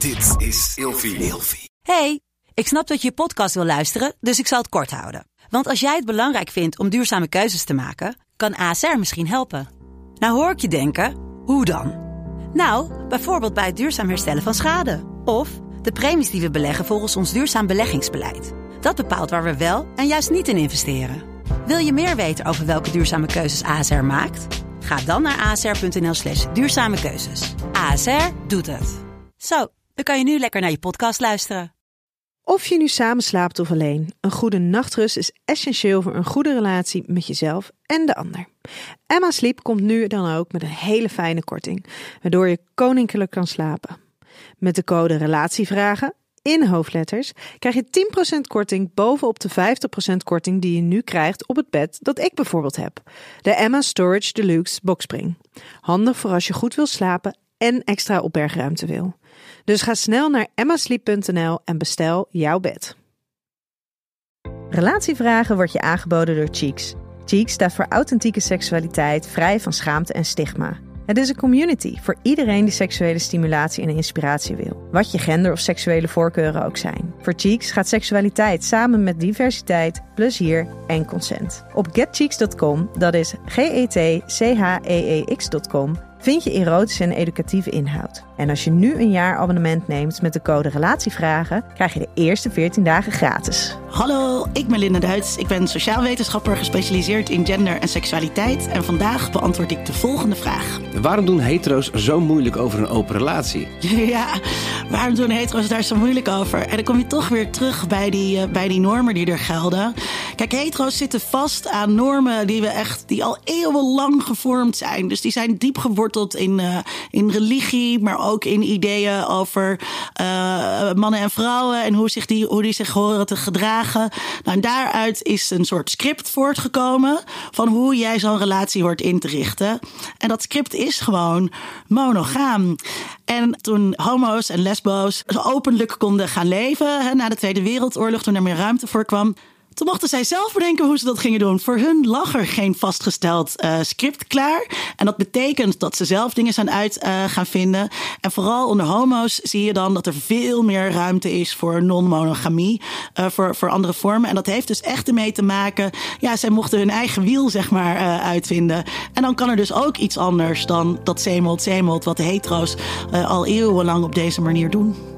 Dit is Ilfie. Hey, ik snap dat je je podcast wil luisteren, dus ik zal het kort houden. Want als jij het belangrijk vindt om duurzame keuzes te maken, kan ASR misschien helpen. Nou hoor ik je denken, hoe dan? Nou, bijvoorbeeld bij het duurzaam herstellen van schade. Of de premies die we beleggen volgens ons duurzaam beleggingsbeleid. Dat bepaalt waar we wel en juist niet in investeren. Wil je meer weten over welke duurzame keuzes ASR maakt? Ga dan naar asr.nl/duurzame keuzes. ASR doet het. Zo, dan kan je nu lekker naar je podcast luisteren. Of je nu samen slaapt of alleen, een goede nachtrust is essentieel voor een goede relatie met jezelf en de ander. Emma Sleep komt nu dan ook met een hele fijne korting, waardoor je koninklijk kan slapen. Met de code RELATIEVRAGEN in hoofdletters krijg je 10% korting bovenop de 50% korting die je nu krijgt op het bed dat ik bijvoorbeeld heb. De Emma Storage Deluxe Boxspring. Handig voor als je goed wil slapen en extra opbergruimte wil. Dus ga snel naar emmasleep.nl en bestel jouw bed. Relatievragen wordt je aangeboden door Cheeks. Cheeks staat voor authentieke seksualiteit, vrij van schaamte en stigma. Het is een community voor iedereen die seksuele stimulatie en inspiratie wil. Wat je gender of seksuele voorkeuren ook zijn. Voor Cheeks gaat seksualiteit samen met diversiteit, plezier en consent. Op getcheeks.com, dat is getcheeks.com, vind je erotische en educatieve inhoud. En als je nu een jaar abonnement neemt met de code RELATIEVRAGEN, krijg je de eerste 14 dagen gratis. Hallo, ik ben Linda Duits. Ik ben sociaal wetenschapper gespecialiseerd in gender en seksualiteit. En vandaag beantwoord ik de volgende vraag. Waarom doen hetero's zo moeilijk over een open relatie? Ja, waarom doen hetero's daar zo moeilijk over? En dan kom je toch weer terug bij die normen die er gelden. Kijk, hetero's zitten vast aan normen die al eeuwenlang gevormd zijn. Dus die zijn diep geworteld in religie, maar ook in ideeën over mannen en vrouwen en hoe die zich horen te gedragen. Nou, en daaruit is een soort script voortgekomen van hoe jij zo'n relatie hoort in te richten. En dat script is gewoon monogaam. En toen homo's en lesbo's openlijk konden gaan leven, na de Tweede Wereldoorlog, toen er meer ruimte voor kwam, toen mochten zij zelf bedenken hoe ze dat gingen doen. Voor hun lag er geen vastgesteld script klaar. En dat betekent dat ze zelf dingen zijn uit gaan vinden. En vooral onder homo's zie je dan dat er veel meer ruimte is voor non-monogamie. Voor andere vormen. En dat heeft dus echt ermee te maken. Ja, zij mochten hun eigen wiel, zeg maar, uitvinden. En dan kan er dus ook iets anders dan dat zeemelt wat de hetero's al eeuwenlang op deze manier doen.